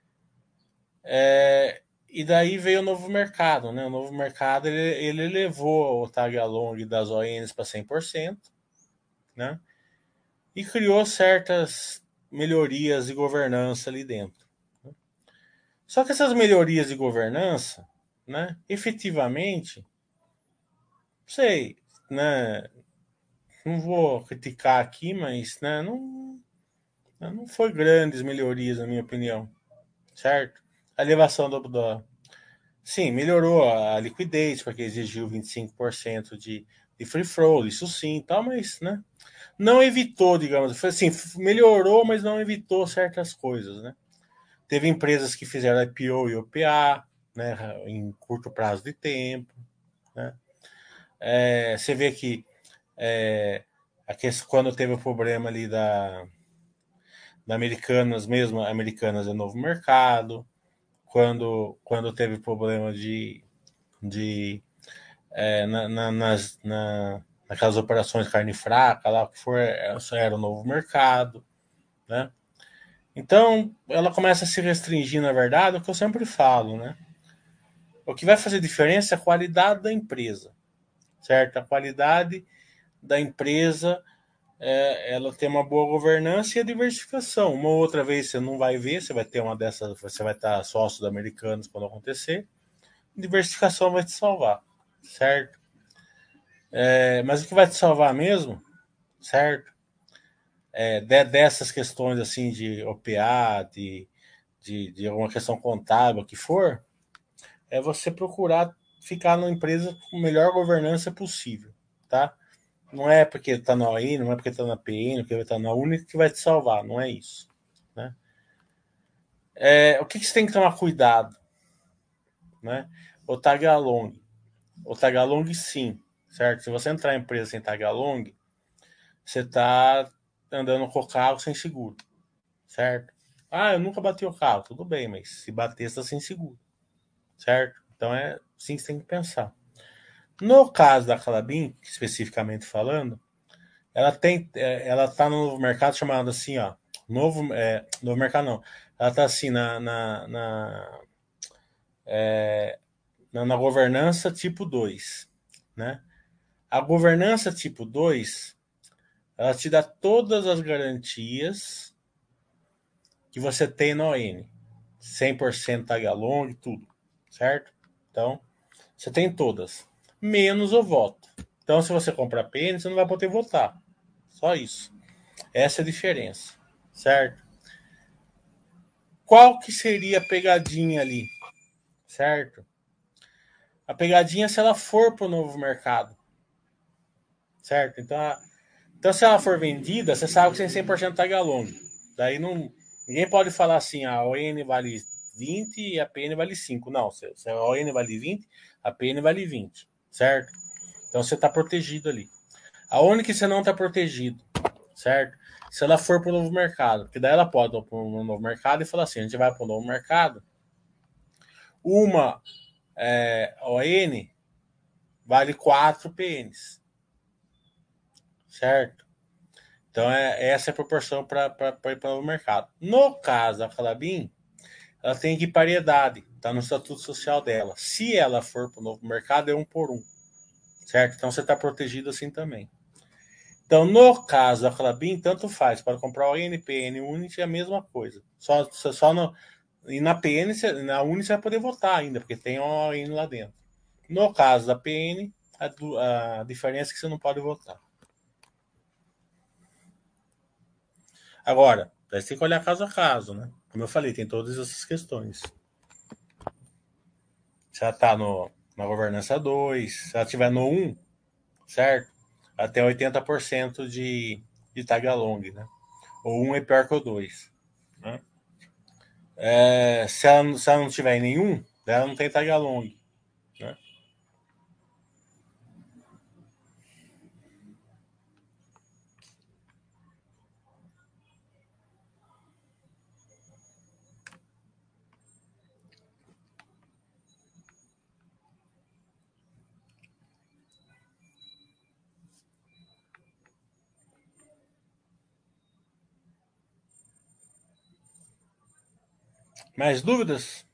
É, e daí veio o novo mercado, né? O novo mercado ele, ele levou o tag along das O Ns para cem por cento, né? E criou certas melhorias de governança ali dentro. Só que essas melhorias de governança, né? Efetivamente, sei, né? Não vou criticar aqui, mas né, não, não foi grandes melhorias, na minha opinião, certo? A elevação do, do sim, melhorou a liquidez, porque exigiu vinte e cinco por cento de, de free flow, isso sim, tal, mas né, não evitou, digamos, foi assim, melhorou, mas não evitou certas coisas, né? Teve empresas que fizeram I P O e O P A, né, em curto prazo de tempo, né? É, você vê que é, a questão, quando teve o problema ali da, da Americanas mesmo, Americanas é novo mercado, quando, quando teve problema de, de é, na, na, nas, na, naquelas operações de carne fraca, lá que for, só era o novo mercado, né? Então, ela começa a se restringir, na verdade, o que eu sempre falo, né? O que vai fazer diferença é a qualidade da empresa, certo? A qualidade da empresa, é, ela tem uma boa governança e a diversificação. Uma outra vez você não vai ver, você vai ter uma dessas, você vai estar sócio da Americanos quando acontecer. Diversificação vai te salvar, certo? É, mas o que vai te salvar mesmo, certo? É, de, dessas questões assim de O P A, de, de, de alguma questão contábil que for, é você procurar ficar numa empresa com a melhor governança possível, tá? Não é porque está na O I, não é porque está na P N, porque está na única que vai te salvar, não é isso. É, o que, que você tem que tomar cuidado, né? O tag-along. O tag-along, sim, certo? Se você entrar em empresa sem tag-along, você está andando com o carro sem seguro, certo? Ah, eu nunca bati o carro, tudo bem, mas se bater, você está sem seguro, certo? Então é assim que você tem que pensar. No caso da Calabim, especificamente falando, ela tem, é, ela tá no novo mercado chamado assim, ó, novo, é, novo mercado não, ela tá assim na, na, na, na, na governança tipo dois, né? A governança tipo dois, ela te dá todas as garantias que você tem na O N. cem por cento tag along, tudo, certo? Então, você tem todas, menos o voto. Então, se você comprar P N, você não vai poder votar. Só isso. Essa é a diferença, certo? Qual que seria a pegadinha ali, certo? A pegadinha é se ela for para o novo mercado, certo? Então, a, então, se ela for vendida, você sabe que tem cem por cento tag along. Daí não, ninguém pode falar assim, ah, a O N vale vinte e a P N vale cinco. Não, se, se a O N vale vinte, a P N vale vinte, certo? Então você está protegido ali. Aonde que você não está protegido, certo? Se ela for para o novo mercado, porque daí ela pode ir para o novo mercado e falar assim, a gente vai para o novo mercado, uma é, O N vale quatro P Ns, certo? Então é, essa é a proporção para ir para o mercado. No caso da Calabim, ela tem equipariedade, está no estatuto social dela. Se ela for para o novo mercado, é um por um, certo? Então você está protegido assim também. Então, no caso da Clabin, tanto faz. Pode comprar o N P N, Unity é a mesma coisa. Só, só no, e na P N, na Unity você vai poder votar ainda, porque tem o O N lá dentro. No caso da P N, a, a diferença é que você não pode votar. Agora, você tem que olhar caso a caso, né? Como eu falei, tem todas essas questões. Se ela está na governança dois, se ela estiver no um, certo? Até oitenta por cento de, de tag along, né? O um é pior que o dois, né? É, se, ela, se ela não tiver em nenhum, ela não tem tag along, né? Mais dúvidas?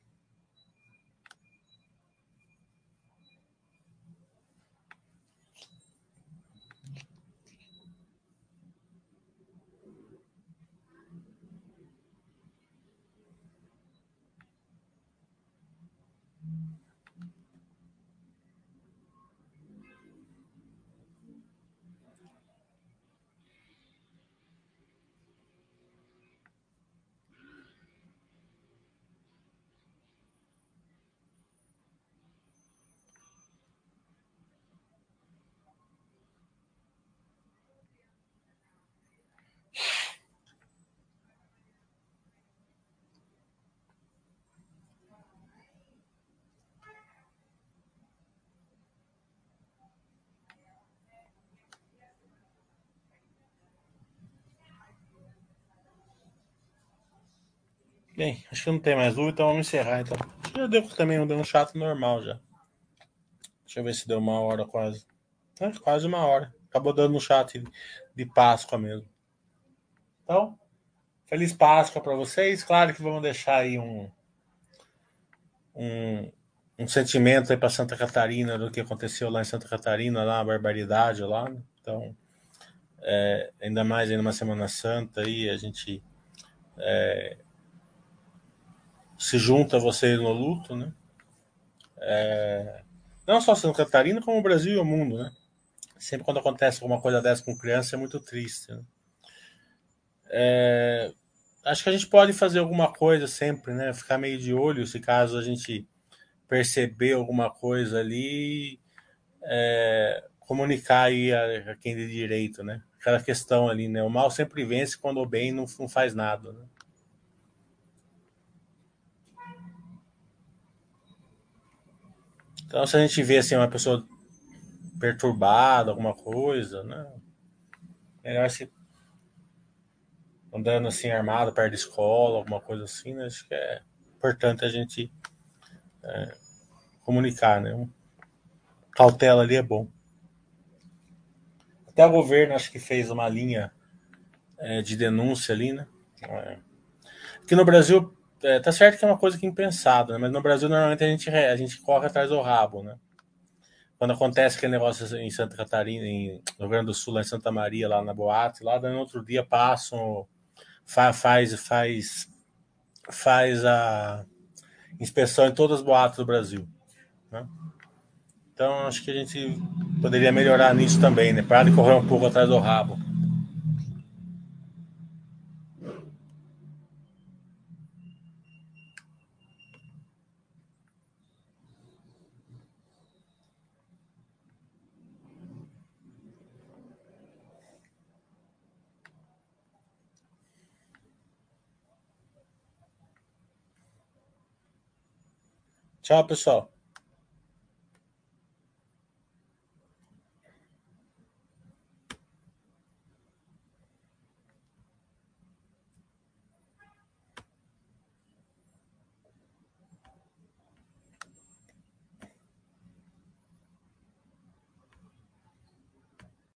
Bem, acho que não tem mais dúvida, então vamos encerrar. Então. Já deu também deu um chato normal já. Deixa eu ver se deu uma hora quase. É, quase uma hora. Acabou dando um chat de Páscoa mesmo. Então, feliz Páscoa para vocês. Claro que vamos deixar aí um, um, um sentimento aí para Santa Catarina do que aconteceu lá em Santa Catarina, lá, a barbaridade lá. Né? Então, é, ainda mais aí numa Semana Santa aí, a gente se junta a vocês no luto, né? Não só Santa Catarina, como o Brasil e o mundo, né? Sempre quando acontece alguma coisa dessa com criança é muito triste. Né? Acho que a gente pode fazer alguma coisa sempre, né? Ficar meio de olho se caso a gente perceber alguma coisa ali, é, comunicar aí a, a quem de direito, né? Aquela questão ali, né? O mal sempre vence quando o bem não, não faz nada. Né? Então, se a gente vê assim, uma pessoa perturbada, alguma coisa, né? Melhor se andando assim armado perto da escola, alguma coisa assim, né? Acho que é importante a gente comunicar, né? Um cautela ali é bom. Até o governo acho que fez uma linha é, de denúncia ali, né? É. Aqui no Brasil, é, tá certo que é uma coisa que é impensada, né? Mas no Brasil normalmente a gente, a gente corre atrás do rabo, né? Quando acontece aquele negócio em Santa Catarina, em, no Rio Grande do Sul, lá em Santa Maria, lá na boate, lá no outro dia passam, fa, faz, faz, faz a inspeção em todas as boates do Brasil, né? Então acho que a gente poderia melhorar nisso também, né? Parar de correr um pouco atrás do rabo. Tchau, pessoal.